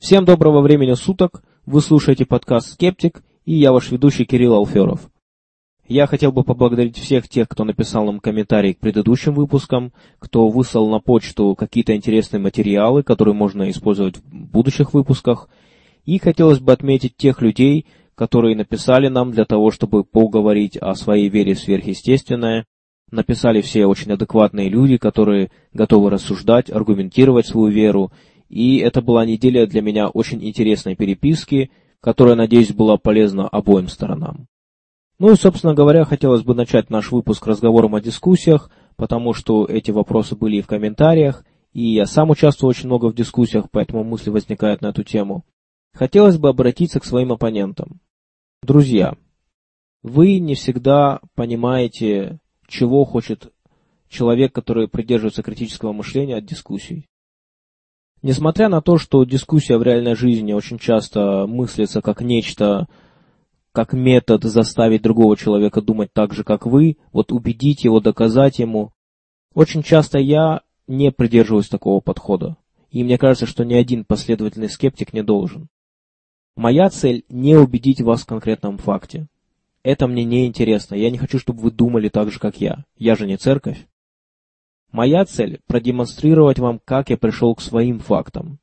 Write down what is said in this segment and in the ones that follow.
Всем доброго времени суток, вы слушаете подкаст «Скептик», и я ваш ведущий Кирилл Алферов. Я хотел бы поблагодарить всех тех, кто написал нам комментарии к предыдущим выпускам, кто выслал на почту какие-то интересные материалы, которые можно использовать в будущих выпусках, и хотелось бы отметить тех людей, которые написали нам для того, чтобы поговорить о своей вере в сверхъестественное. Написали все очень адекватные люди, которые готовы рассуждать, аргументировать свою веру. И это была неделя для меня очень интересной переписки, которая, надеюсь, была полезна обоим сторонам. Ну и, собственно говоря, хотелось бы начать наш выпуск разговором о дискуссиях, потому что эти вопросы были и в комментариях, и я сам участвую очень много в дискуссиях, поэтому мысли возникают на эту тему. Хотелось бы обратиться к своим оппонентам. Друзья, вы не всегда понимаете, чего хочет человек, который придерживается критического мышления от дискуссий. Несмотря на то, что дискуссия в реальной жизни очень часто мыслится как нечто, как метод заставить другого человека думать так же, как вы, вот убедить его, доказать ему, очень часто я не придерживаюсь такого подхода. И мне кажется, что ни один последовательный скептик не должен. Моя цель не убедить вас в конкретном факте. Это мне не интересно. Я не хочу, чтобы вы думали так же, как я. Я же не церковь. Моя цель – продемонстрировать вам, как я пришел к своим фактам.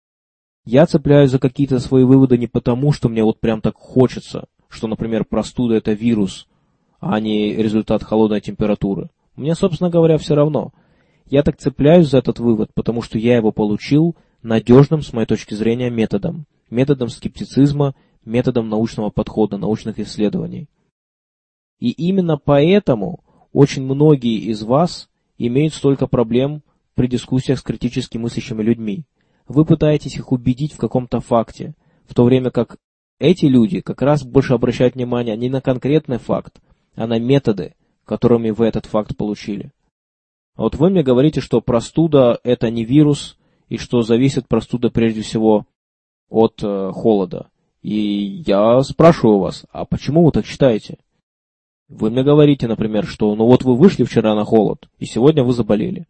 Я цепляюсь за какие-то свои выводы не потому, что мне вот прям так хочется, что, например, простуда – это вирус, а не результат холодной температуры. Мне, собственно говоря, все равно. Я так цепляюсь за этот вывод, потому что я его получил надежным, с моей точки зрения, методом. Методом скептицизма, методом научного подхода, научных исследований. И именно поэтому очень многие из вас имеют столько проблем при дискуссиях с критически мыслящими людьми. Вы пытаетесь их убедить в каком-то факте, в то время как эти люди как раз больше обращают внимание не на конкретный факт, а на методы, которыми вы этот факт получили. А вот вы мне говорите, что простуда – это не вирус, и что зависит простуда прежде всего от холода. И я спрашиваю вас, а почему вы так считаете? Вы мне говорите, например, что ну вот вы вышли вчера на холод, и сегодня вы заболели.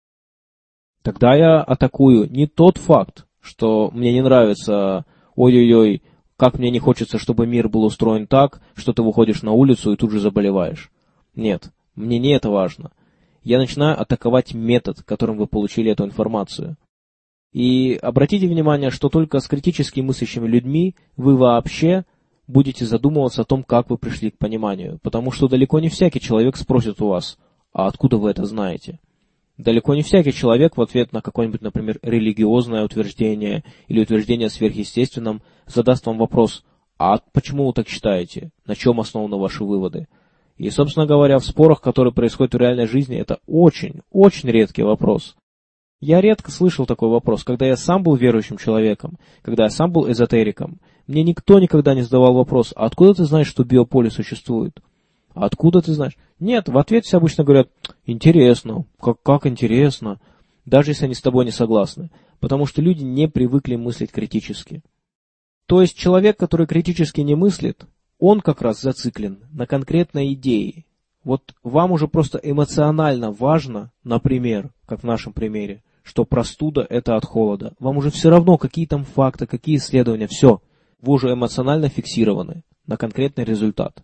Тогда я атакую не тот факт, что мне не нравится, ой-ой-ой, как мне не хочется, чтобы мир был устроен так, что ты выходишь на улицу и тут же заболеваешь. Нет, мне не это важно. Я начинаю атаковать метод, которым вы получили эту информацию. И обратите внимание, что только с критически мыслящими людьми вы вообще будете задумываться о том, как вы пришли к пониманию. Потому что далеко не всякий человек спросит у вас, а откуда вы это знаете? Далеко не всякий человек в ответ на какое-нибудь, например, религиозное утверждение или утверждение о сверхъестественном задаст вам вопрос, а почему вы так считаете? На чем основаны ваши выводы? И, собственно говоря, в спорах, которые происходят в реальной жизни, это очень, очень редкий вопрос. Я редко слышал такой вопрос, когда я сам был верующим человеком, когда я сам был эзотериком. Мне никто никогда не задавал вопрос, а откуда ты знаешь, что биополе существует? А откуда ты знаешь? Нет, в ответ все обычно говорят, интересно, как интересно, даже если они с тобой не согласны, потому что люди не привыкли мыслить критически. То есть человек, который критически не мыслит, он как раз зациклен на конкретной идее. Вот вам уже просто эмоционально важно, например, как в нашем примере, что простуда – это от холода. Вам уже все равно, какие там факты, какие исследования, все. Вы уже эмоционально фиксированы на конкретный результат.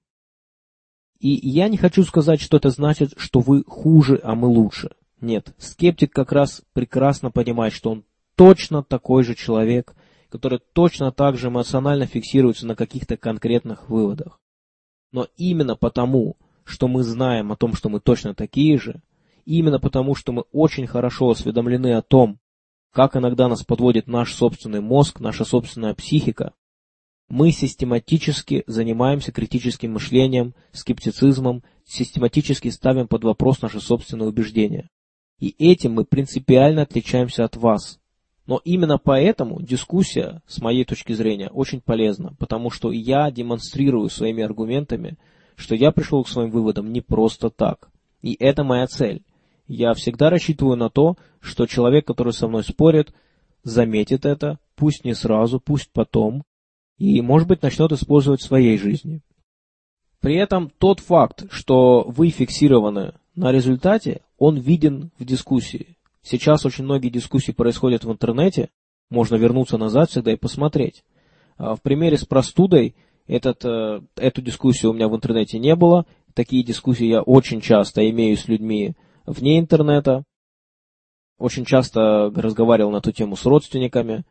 И я не хочу сказать, что это значит, что вы хуже, а мы лучше. Нет, скептик как раз прекрасно понимает, что он точно такой же человек, который точно так же эмоционально фиксируется на каких-то конкретных выводах. Но именно потому, что мы знаем о том, что мы точно такие же, именно потому, что мы очень хорошо осведомлены о том, как иногда нас подводит наш собственный мозг, наша собственная психика, мы систематически занимаемся критическим мышлением, скептицизмом, систематически ставим под вопрос наши собственные убеждения. И этим мы принципиально отличаемся от вас. Но именно поэтому дискуссия, с моей точки зрения, очень полезна, потому что я демонстрирую своими аргументами, что я пришел к своим выводам не просто так. И это моя цель. Я всегда рассчитываю на то, что человек, который со мной спорит, заметит это, пусть не сразу, пусть потом, и, может быть, начнет использовать в своей жизни. При этом тот факт, что вы фиксированы на результате, он виден в дискуссии. Сейчас очень многие дискуссии происходят в интернете, Можно вернуться назад всегда и посмотреть. В примере с простудой эту дискуссию у меня в интернете не было. Такие дискуссии я очень часто имею с людьми вне интернета. Очень часто разговаривал на эту тему с родственниками.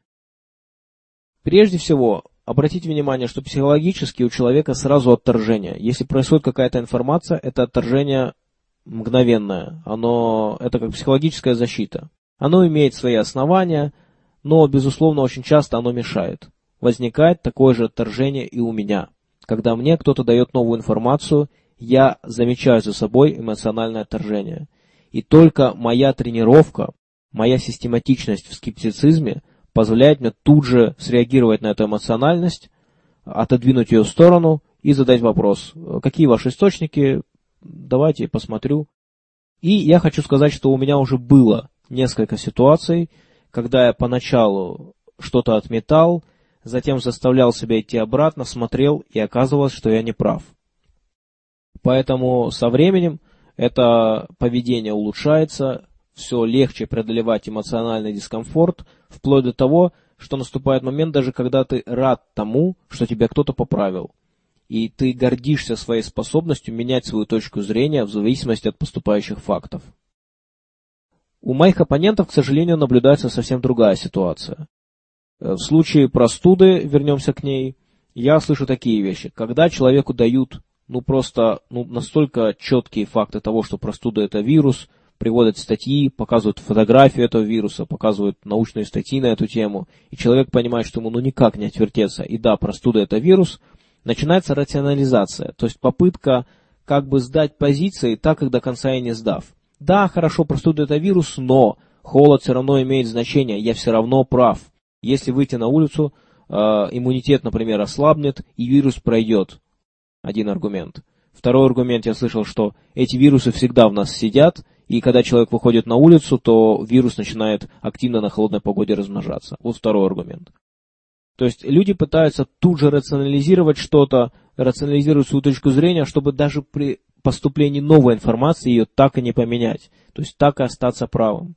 Прежде всего, обратите внимание, что психологически у человека сразу отторжение. Если происходит какая-то информация, это отторжение мгновенное. Это как психологическая защита. Оно имеет свои основания, но, безусловно, очень часто оно мешает. Возникает такое же отторжение и у меня. Когда мне кто-то дает новую информацию, я замечаю за собой эмоциональное отторжение. И только моя тренировка, моя систематичность в скептицизме позволяет мне тут же среагировать на эту эмоциональность, отодвинуть ее в сторону и задать вопрос: какие ваши источники? Давайте посмотрю. И я хочу сказать, что у меня уже было несколько ситуаций, когда я поначалу что-то отметал, затем заставлял себя идти обратно, смотрел, и оказывалось, что я не прав. Поэтому со временем это поведение улучшается, все легче преодолевать эмоциональный дискомфорт, вплоть до того, что наступает момент, даже когда ты рад тому, что тебя кто-то поправил. И ты гордишься своей способностью менять свою точку зрения в зависимости от поступающих фактов. У моих оппонентов, к сожалению, наблюдается совсем другая ситуация. В случае простуды, вернемся к ней, я слышу такие вещи. Когда человеку дают настолько четкие факты того, что простуда – это вирус, приводят статьи, показывают фотографию этого вируса, показывают научные статьи на эту тему, и человек понимает, что ему никак не отвертеться, и да, простуда – это вирус, начинается рационализация, то есть попытка как бы сдать позиции, так как до конца и не сдав. Да, хорошо, простуда – это вирус, но холод все равно имеет значение, я все равно прав. Если выйти на улицу, иммунитет, например, ослабнет, и вирус пройдет. Один аргумент. Второй аргумент, я слышал, что эти вирусы всегда в нас сидят, и когда человек выходит на улицу, то вирус начинает активно на холодной погоде размножаться. Вот второй аргумент. То есть люди пытаются тут же рационализировать что-то, рационализировать свою точку зрения, чтобы даже при поступлении новой информации ее так и не поменять. То есть так и остаться правым.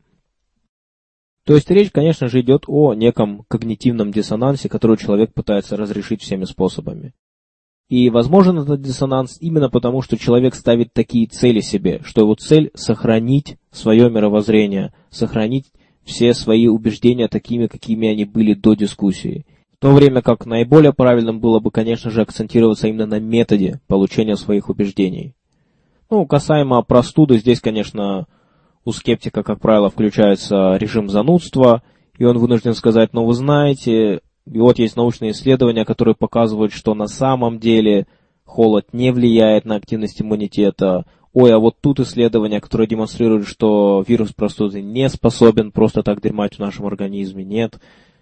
То есть речь, конечно же, идет о неком когнитивном диссонансе, который человек пытается разрешить всеми способами. И возможен этот диссонанс именно потому, что человек ставит такие цели себе, что его цель — сохранить свое мировоззрение, сохранить все свои убеждения такими, какими они были до дискуссии. В то время как наиболее правильным было бы, конечно же, акцентироваться именно на методе получения своих убеждений. Касаемо простуды, здесь, конечно, у скептика, как правило, включается режим занудства, и он вынужден сказать: вы знаете, и вот есть научные исследования, которые показывают, что на самом деле холод не влияет на активность иммунитета. А вот тут исследования, которые демонстрируют, что вирус простуды не способен просто так дремать в нашем организме. Нет.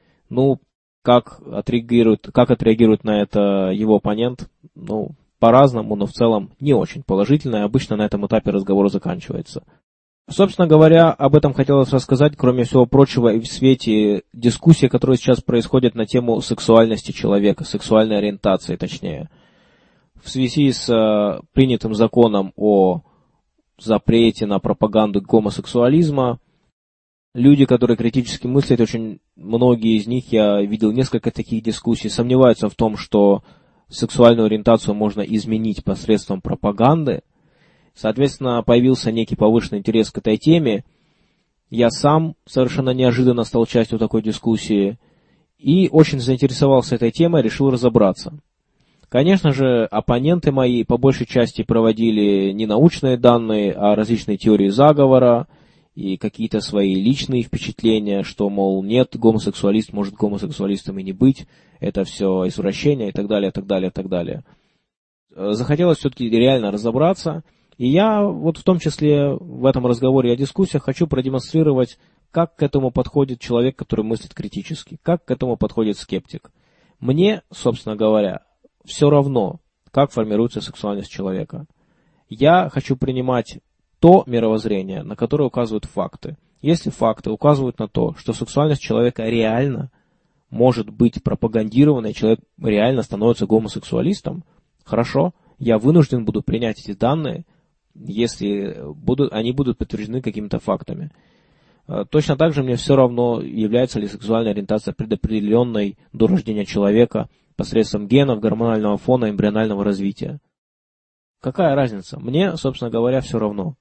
Как отреагирует на это его оппонент? По-разному, но в целом не очень положительно, и обычно на этом этапе разговор заканчивается. Собственно говоря, об этом хотелось рассказать, кроме всего прочего, и в свете дискуссии, которая сейчас происходит на тему сексуальности человека, сексуальной ориентации, точнее. В связи с принятым законом о запрете на пропаганду гомосексуализма, люди, которые критически мыслят, очень многие из них, я видел несколько таких дискуссий, сомневаются в том, что сексуальную ориентацию можно изменить посредством пропаганды. Соответственно, появился некий повышенный интерес к этой теме. Я сам совершенно неожиданно стал частью такой дискуссии и очень заинтересовался этой темой, решил разобраться. Конечно же, оппоненты мои по большей части проводили не научные данные, а различные теории заговора и какие-то свои личные впечатления, что, мол, нет, гомосексуалист может гомосексуалистом и не быть, это все извращение и так далее, так далее, так далее. Захотелось все-таки реально разобраться. И я в том числе в этом разговоре о дискуссиях хочу продемонстрировать, как к этому подходит человек, который мыслит критически, как к этому подходит скептик. Мне, собственно говоря, все равно, как формируется сексуальность человека. Я хочу принимать то мировоззрение, на которое указывают факты. Если факты указывают на то, что сексуальность человека реально может быть пропагандирована, и человек реально становится гомосексуалистом, хорошо, я вынужден буду принять эти данные, если они будут подтверждены какими-то фактами. Точно так же мне все равно, является ли сексуальная ориентация предопределенной до рождения человека посредством генов, гормонального фона, эмбрионального развития. Какая разница? Мне, собственно говоря, все равно.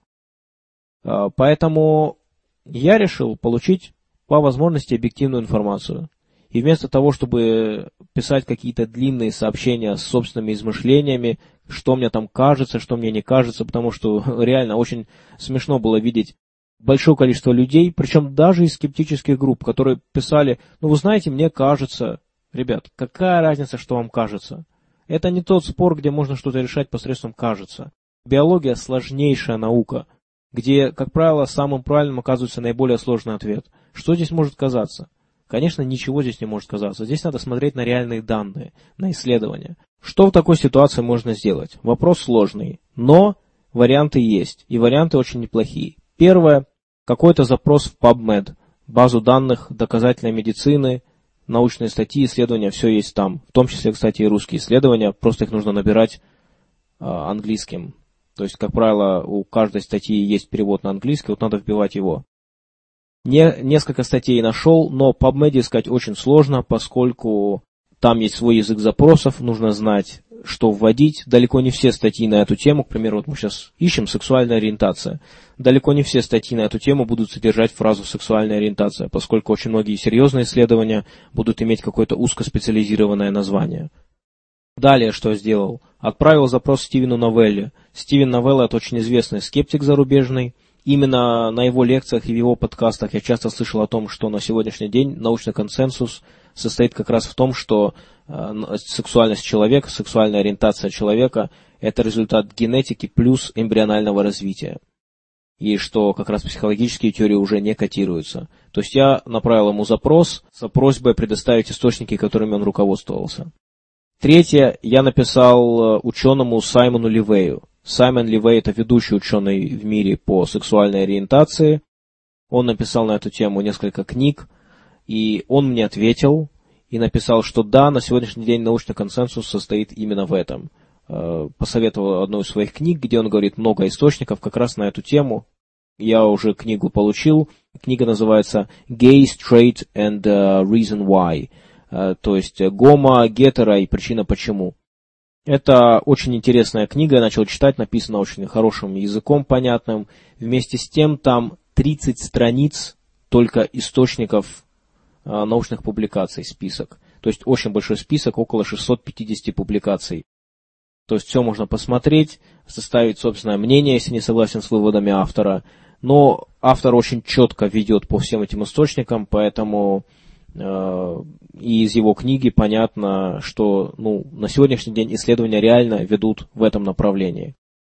Поэтому я решил получить по возможности объективную информацию. И вместо того, чтобы писать какие-то длинные сообщения с собственными измышлениями, что мне там кажется, что мне не кажется, потому что реально очень смешно было видеть большое количество людей, причем даже из скептических групп, которые писали: ну вы знаете, мне кажется. Ребят, какая разница, что вам кажется? Это не тот спор, где можно что-то решать посредством «кажется». Биология — сложнейшая наука, где, как правило, самым правильным оказывается наиболее сложный ответ. Что здесь может казаться? Конечно, ничего здесь не может казаться. Здесь надо смотреть на реальные данные, на исследования. Что в такой ситуации можно сделать? Вопрос сложный, но варианты есть, и варианты очень неплохие. Первое — какой-то запрос в PubMed, базу данных доказательной медицины, научные статьи, исследования, все есть там. В том числе, кстати, и русские исследования, просто их нужно набирать английским. То есть, как правило, у каждой статьи есть перевод на английский, вот надо вбивать его. Несколько статей нашел, но PubMed искать очень сложно, поскольку там есть свой язык запросов, нужно знать, что вводить. Далеко не все статьи на эту тему, к примеру, вот мы сейчас ищем «сексуальная ориентация». Далеко не все статьи на эту тему будут содержать фразу «сексуальная ориентация», поскольку очень многие серьезные исследования будут иметь какое-то узкоспециализированное название. Далее что сделал? Отправил запрос Стивену Новелле. Стивен Новелла — это очень известный скептик зарубежный. Именно на его лекциях и в его подкастах я часто слышал о том, что на сегодняшний день научный консенсус состоит как раз в том, что сексуальность человека, сексуальная ориентация человека — это результат генетики плюс эмбрионального развития. И что как раз психологические теории уже не котируются. То есть я направил ему запрос с просьбой предоставить источники, которыми он руководствовался. Третье, я написал ученому Саймону Ливею. Саймон Ливей — это ведущий ученый в мире по сексуальной ориентации. Он написал на эту тему несколько книг, и он мне ответил и написал, что да, на сегодняшний день научный консенсус состоит именно в этом. Посоветовал одну из своих книг, где он говорит много источников как раз на эту тему. Я уже книгу получил. Книга называется «Gay, Straight and Reason Why». То есть гомо, гетеро и причина почему. Это очень интересная книга, я начал читать, написана очень хорошим языком, понятным. Вместе с тем там 30 страниц только источников научных публикаций, список. То есть очень большой список, около 650 публикаций. То есть все можно посмотреть, составить собственное мнение, если не согласен с выводами автора. Но автор очень четко ведет по всем этим источникам, поэтому и из его книги понятно, что на сегодняшний день исследования реально ведут в этом направлении.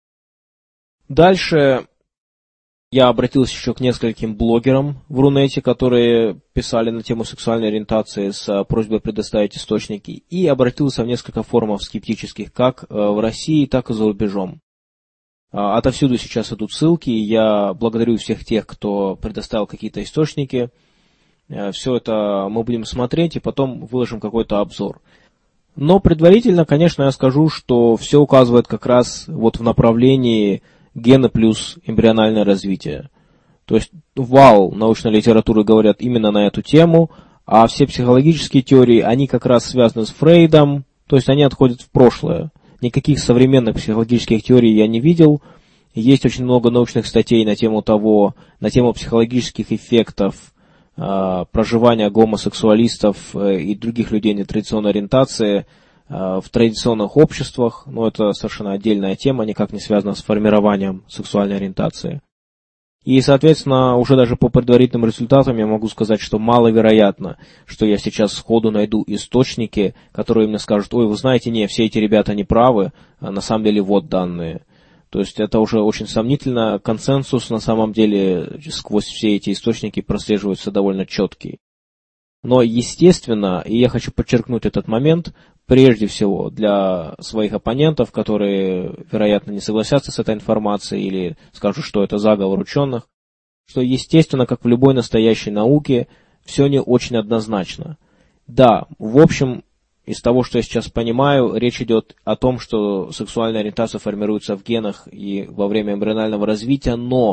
Дальше я обратился еще к нескольким блогерам в Рунете, которые писали на тему сексуальной ориентации с просьбой предоставить источники, и обратился в несколько форумов скептических, как в России, так и за рубежом. Отовсюду сейчас идут ссылки, и я благодарю всех тех, кто предоставил какие-то источники. Все это мы будем смотреть и потом выложим какой-то обзор. Но предварительно, конечно, я скажу, что все указывает как раз вот в направлении гены плюс эмбриональное развитие. То есть вал научной литературы говорят именно на эту тему, а все психологические теории, они как раз связаны с Фрейдом, то есть они отходят в прошлое. Никаких современных психологических теорий я не видел. Есть очень много научных статей на тему психологических эффектов проживания гомосексуалистов и других людей нетрадиционной ориентации в традиционных обществах, но это совершенно отдельная тема, никак не связана с формированием сексуальной ориентации. И, соответственно, уже даже по предварительным результатам я могу сказать, что маловероятно, что я сейчас сходу найду источники, которые мне скажут: ой, вы знаете, не, все эти ребята не правы, а на самом деле вот данные. То есть это уже очень сомнительно. Консенсус на самом деле сквозь все эти источники прослеживается довольно четкий. Но естественно, и я хочу подчеркнуть этот момент, прежде всего для своих оппонентов, которые, вероятно, не согласятся с этой информацией или скажут, что это заговор ученых, что естественно, как в любой настоящей науке, все не очень однозначно. Да, в общем, из того, что я сейчас понимаю, речь идет о том, что сексуальная ориентация формируется в генах и во время эмбрионального развития, но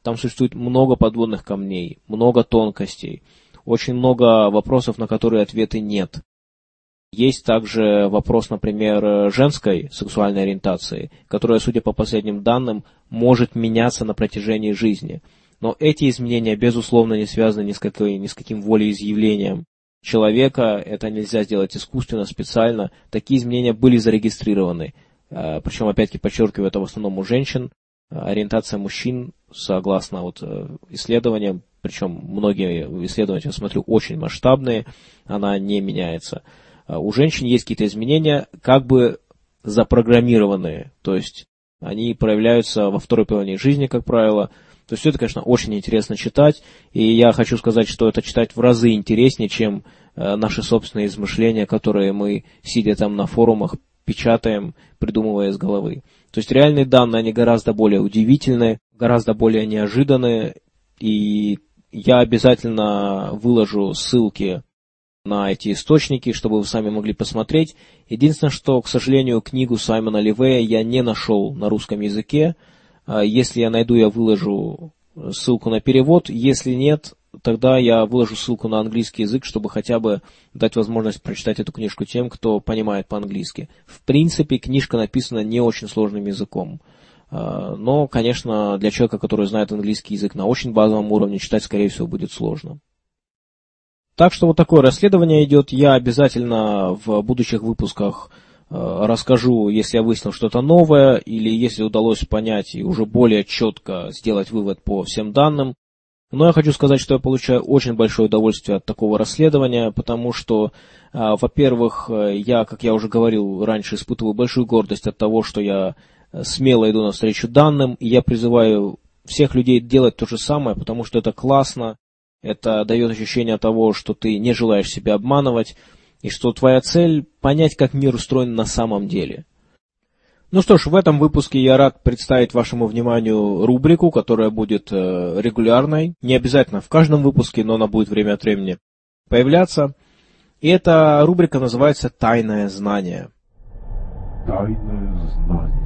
Там существует много подводных камней, много тонкостей, очень много вопросов, на которые ответы нет. Есть также вопрос, например, женской сексуальной ориентации, которая, судя по последним данным, может меняться на протяжении жизни. Но эти изменения, безусловно, не связаны ни с каким волеизъявлением человека. Это нельзя сделать искусственно, специально. Такие изменения были зарегистрированы. Причем, опять-таки, подчеркиваю, это в основном у женщин. Ориентация мужчин, согласно исследованиям, причем многие исследования, я смотрю, очень масштабные, она не меняется. У женщин есть какие-то изменения, как бы запрограммированные, то есть они проявляются во второй половине жизни, как правило. То есть все это, конечно, очень интересно читать, и я хочу сказать, что это читать в разы интереснее, чем наши собственные измышления, которые мы, сидя там на форумах, печатаем, придумывая из головы. То есть реальные данные, они гораздо более удивительные, гораздо более неожиданные, и я обязательно выложу ссылки на эти источники, чтобы вы сами могли посмотреть. Единственное, что, к сожалению, книгу Саймона Левея я не нашел на русском языке. Если я найду, я выложу ссылку на перевод. Если нет, тогда я выложу ссылку на английский язык, чтобы хотя бы дать возможность прочитать эту книжку тем, кто понимает по-английски. В принципе, книжка написана не очень сложным языком. Но, конечно, для человека, который знает английский язык на очень базовом уровне, читать, скорее всего, будет сложно. Так что вот такое расследование идет. Я обязательно в будущих выпусках расскажу, если я выяснил что-то новое, или если удалось понять и уже более четко сделать вывод по всем данным. Но я хочу сказать, что я получаю очень большое удовольствие от такого расследования, потому что, во-первых, я, как я уже говорил раньше, испытываю большую гордость от того, что я смело иду навстречу данным, и я призываю всех людей делать то же самое, потому что это классно. Это дает ощущение того, что ты не желаешь себя обманывать, и что твоя цель – понять, как мир устроен на самом деле. Ну что ж, в этом выпуске я рад представить вашему вниманию рубрику, которая будет регулярной, не обязательно в каждом выпуске, но она будет время от времени появляться. И эта рубрика называется «Тайное знание». Тайное знание.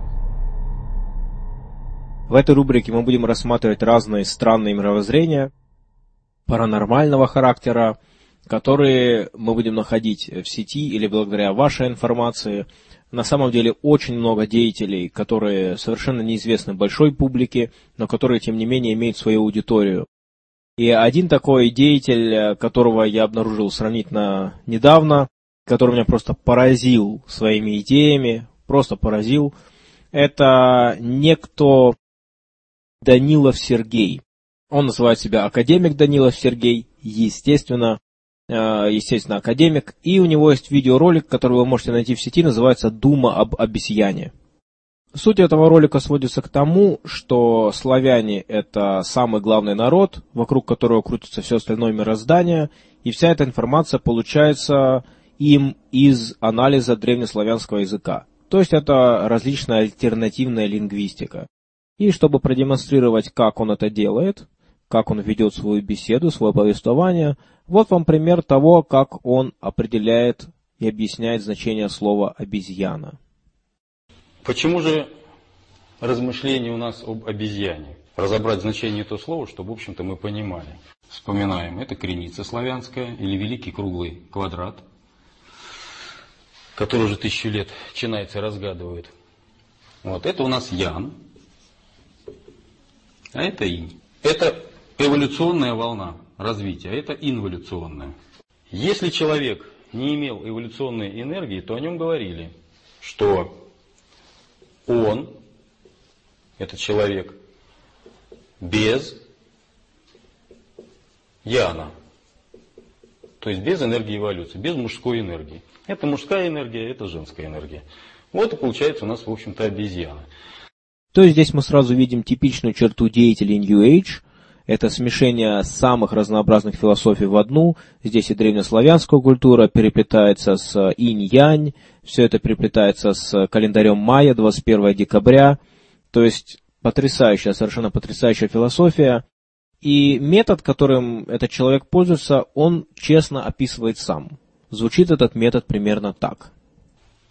В этой рубрике мы будем рассматривать разные странные мировоззрения паранормального характера, которые мы будем находить в сети или благодаря вашей информации. На самом деле очень много деятелей, которые совершенно неизвестны большой публике, но которые, тем не менее, имеют свою аудиторию. И один такой деятель, которого я обнаружил сравнительно недавно, который меня просто поразил своими идеями, просто поразил, это некто Данилов Сергей. Он называет себя академик Данилов Сергей, естественно, академик. И у него есть видеоролик, который вы можете найти в сети, называется «Дума об обезьяне». Суть этого ролика сводится к тому, что славяне – это самый главный народ, вокруг которого крутится все остальное мироздание, и вся эта информация получается им из анализа древнеславянского языка. То есть это различная альтернативная лингвистика. И чтобы продемонстрировать, как он это делает, как он ведет свою беседу, свое повествование, вот вам пример того, как он определяет и объясняет значение слова «обезьяна». Почему же размышления у нас об обезьяне? Разобрать значение этого слова, чтобы, в общем-то, мы понимали. Вспоминаем, это криница славянская или великий круглый квадрат, который уже 1000 лет чинайцы разгадывают. Вот, это у нас ян, а это инь. Это эволюционная волна развития, а это инволюционная. Если человек не имел эволюционной энергии, то о нем говорили, что он, этот человек, без яна, то есть без энергии эволюции, без мужской энергии. Это мужская энергия, это женская энергия. Вот и получается у нас, в общем-то, обезьяна. То есть здесь мы сразу видим типичную черту деятелей New Age. Это смешение самых разнообразных философий в одну. Здесь и древнеславянская культура переплетается с инь-янь. Все это переплетается с календарем майя, 21 декабря. То есть потрясающая, совершенно потрясающая философия. И метод, которым этот человек пользуется, он честно описывает сам. Звучит этот метод примерно так.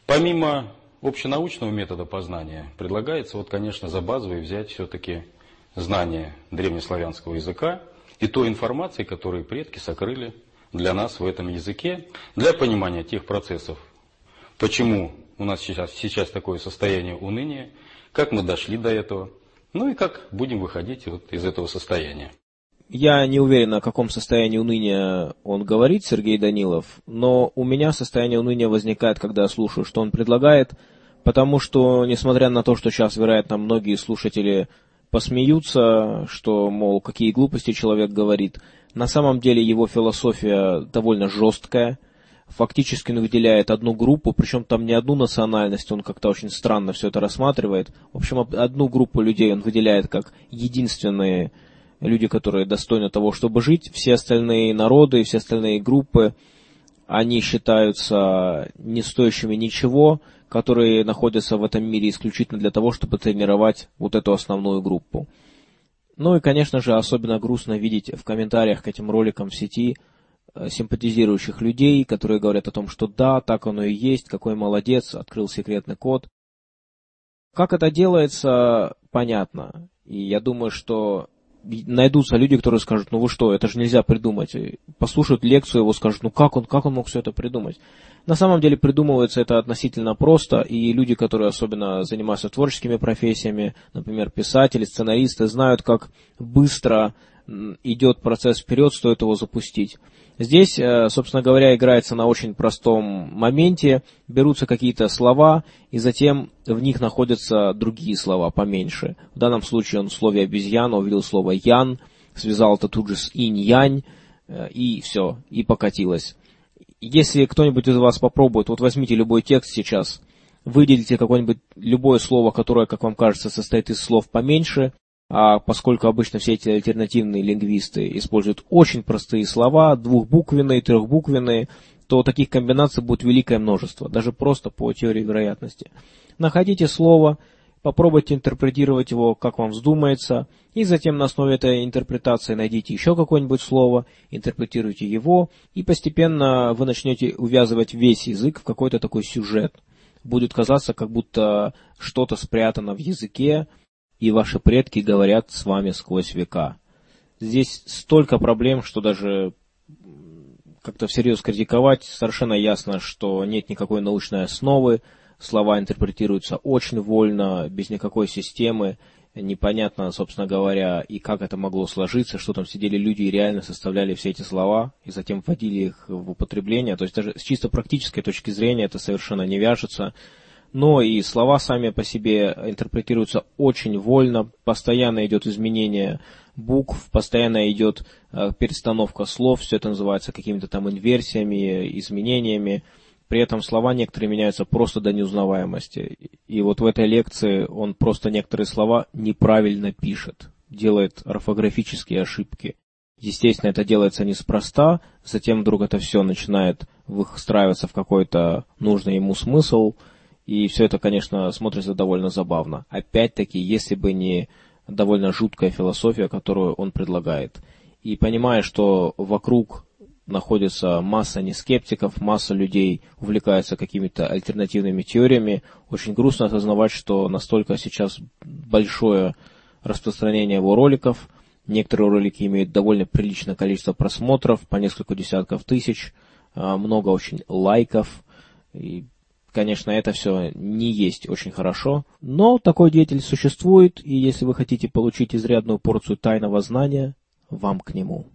Помимо общенаучного метода познания, предлагается, вот, конечно, за базовый взять все-таки знания древнеславянского языка и той информации, которую предки сокрыли для нас в этом языке, для понимания тех процессов, почему у нас сейчас такое состояние уныния, как мы дошли до этого, ну и как будем выходить вот из этого состояния. Я не уверен, о каком состоянии уныния он говорит, Сергей Данилов, но у меня состояние уныния возникает, когда я слушаю, что он предлагает, потому что, несмотря на то, что сейчас, вероятно, многие слушатели посмеются, что, мол, какие глупости человек говорит, на самом деле его философия довольно жесткая. Фактически он выделяет одну группу, причем там не одну национальность, он как-то очень странно все это рассматривает. В общем, одну группу людей он выделяет как единственные люди, которые достойны того, чтобы жить. Все остальные народы, все остальные группы, они считаются не стоящими ничего, которые находятся в этом мире исключительно для того, чтобы тренировать вот эту основную группу. Ну и, конечно же, особенно грустно видеть в комментариях к этим роликам в сети симпатизирующих людей, которые говорят о том, что да, так оно и есть, какой молодец, открыл секретный код. Как это делается, понятно. И я думаю, что найдутся люди, которые скажут, ну вы что, это же нельзя придумать. Послушают лекцию его, скажут, ну как он мог все это придумать? На самом деле придумывается это относительно просто, и люди, которые особенно занимаются творческими профессиями, например, писатели, сценаристы, знают, как быстро идет процесс вперед, стоит его запустить. Здесь, собственно говоря, играется на очень простом моменте, берутся какие-то слова, и затем в них находятся другие слова поменьше. В данном случае он в слове обезьяна увидел слово ян, связал это тут же с инь-янь, и все, и покатилось. Если кто-нибудь из вас попробует, вот возьмите любой текст сейчас, выделите какое-нибудь любое слово, которое, как вам кажется, состоит из слов поменьше, а поскольку обычно все эти альтернативные лингвисты используют очень простые слова, двухбуквенные, трехбуквенные, то таких комбинаций будет великое множество, даже просто по теории вероятности. Находите слово, попробуйте интерпретировать его, как вам вздумается, и затем на основе этой интерпретации найдите еще какое-нибудь слово, интерпретируйте его, и постепенно вы начнете увязывать весь язык в какой-то такой сюжет. Будет казаться, как будто что-то спрятано в языке, и ваши предки говорят с вами сквозь века. Здесь столько проблем, что даже как-то всерьез критиковать совершенно ясно, что нет никакой научной основы, слова интерпретируются очень вольно, без никакой системы, непонятно, собственно говоря, и как это могло сложиться, что там сидели люди и реально составляли все эти слова, и затем вводили их в употребление. То есть даже с чисто практической точки зрения это совершенно не вяжется. Но и слова сами по себе интерпретируются очень вольно, постоянно идет изменение букв, постоянно идет перестановка слов, все это называется какими-то там инверсиями, изменениями. При этом слова некоторые меняются просто до неузнаваемости. И вот в этой лекции он просто некоторые слова неправильно пишет, делает орфографические ошибки. Естественно, это делается неспроста, затем вдруг это все начинает выстраиваться в какой-то нужный ему смысл, и все это, конечно, смотрится довольно забавно. Опять-таки, если бы не довольно жуткая философия, которую он предлагает. И понимая, что вокруг находится масса нескептиков, масса людей увлекается какими-то альтернативными теориями, очень грустно осознавать, что настолько сейчас большое распространение его роликов. Некоторые ролики имеют довольно приличное количество просмотров, по несколько десятков тысяч, много очень лайков, и конечно, это все не есть очень хорошо, но такой деятель существует, и если вы хотите получить изрядную порцию тайного знания, вам к нему.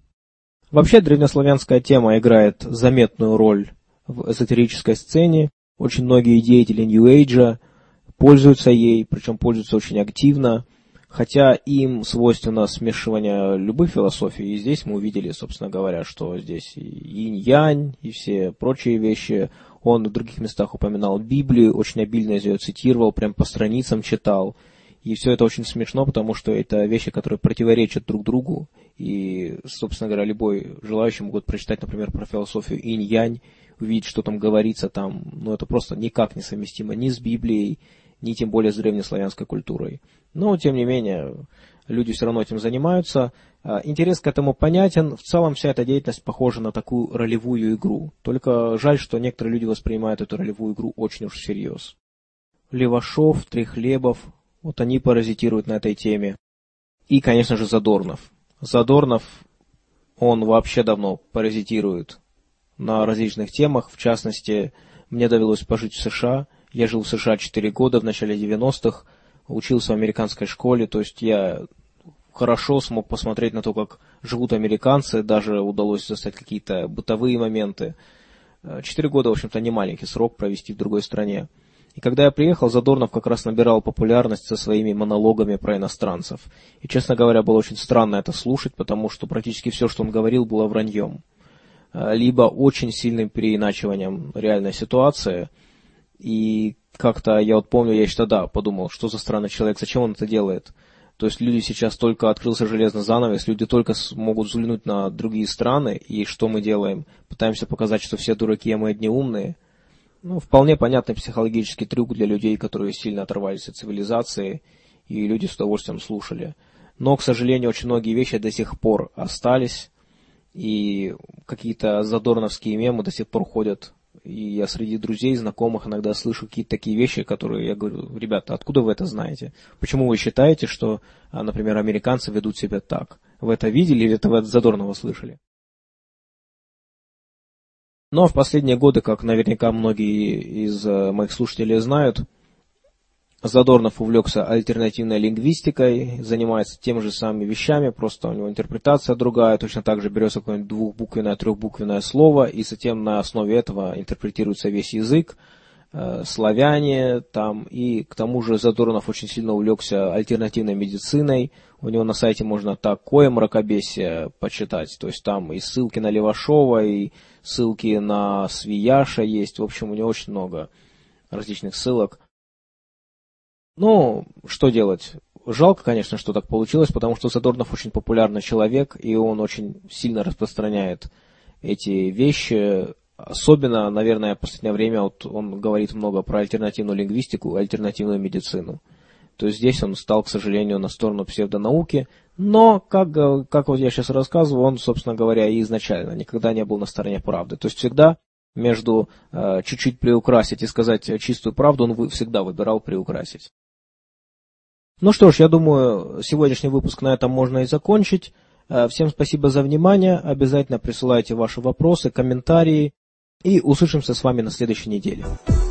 Вообще, древнеславянская тема играет заметную роль в эзотерической сцене. Очень многие деятели New Age пользуются ей, причем пользуются очень активно, хотя им свойственно смешивание любых философий, и здесь мы увидели, собственно говоря, что здесь и инь-янь, и все прочие вещи. Он в других местах упоминал Библию, очень обильно из ее цитировал, прям по страницам читал. И все это очень смешно, потому что это вещи, которые противоречат друг другу. И, собственно говоря, любой желающий могут прочитать, например, про философию инь-янь, увидеть, что там говорится там. Но это просто никак не совместимо ни с Библией, ни тем более с древнеславянской культурой. Но, тем не менее, люди все равно этим занимаются. Интерес к этому понятен. В целом вся эта деятельность похожа на такую ролевую игру. Только жаль, что некоторые люди воспринимают эту ролевую игру очень уж всерьез. Левашов, Трехлебов, вот они паразитируют на этой теме. И, конечно же, Задорнов. Задорнов, он вообще давно паразитирует на различных темах. В частности, мне довелось пожить в США. Я жил в США 4 года в начале 90-х, учился в американской школе, то есть я хорошо смог посмотреть на то, как живут американцы, даже удалось застать какие-то бытовые моменты. 4 года, в общем-то, не маленький срок провести в другой стране. И когда я приехал, Задорнов как раз набирал популярность со своими монологами про иностранцев. И, честно говоря, было очень странно это слушать, потому что практически все, что он говорил, было враньем. Либо очень сильным переиначиванием реальной ситуации. И как-то, я вот помню, я еще тогда подумал, что за странный человек, зачем он это делает. То есть люди сейчас только открылся железный занавес, люди только могут взглянуть на другие страны, и что мы делаем? Пытаемся показать, что все дураки, а мы одни умные. Ну, вполне понятный психологический трюк для людей, которые сильно оторвались от цивилизации, и люди с удовольствием слушали. Но, к сожалению, очень многие вещи до сих пор остались, и какие-то задорновские мемы до сих пор ходят. И я среди друзей, знакомых иногда слышу какие-то такие вещи, которые я говорю: ребята, откуда вы это знаете? Почему вы считаете, что, например, американцы ведут себя так? Вы это видели или это вы от Задорнова слышали? Но в последние годы, как наверняка многие из моих слушателей знают, Задорнов увлекся альтернативной лингвистикой, занимается теми же самыми вещами, просто у него интерпретация другая, точно так же берется какое-нибудь двухбуквенное, трехбуквенное слово, и затем на основе этого интерпретируется весь язык, славяне там, и к тому же Задорнов очень сильно увлекся альтернативной медициной, у него на сайте можно такое мракобесие почитать, то есть там и ссылки на Левашова, и ссылки на Свияша есть, в общем, у него очень много различных ссылок. Ну, что делать? Жалко, конечно, что так получилось, потому что Задорнов очень популярный человек, и он очень сильно распространяет эти вещи. Особенно, наверное, в последнее время вот он говорит много про альтернативную лингвистику и альтернативную медицину. То есть здесь он стал, к сожалению, на сторону псевдонауки, но, как вот я сейчас рассказываю, он, собственно говоря, и изначально никогда не был на стороне правды. То есть всегда между чуть-чуть приукрасить и сказать чистую правду, он всегда выбирал приукрасить. Ну что ж, я думаю, сегодняшний выпуск на этом можно и закончить. Всем спасибо за внимание. Обязательно присылайте ваши вопросы, комментарии. И услышимся с вами на следующей неделе.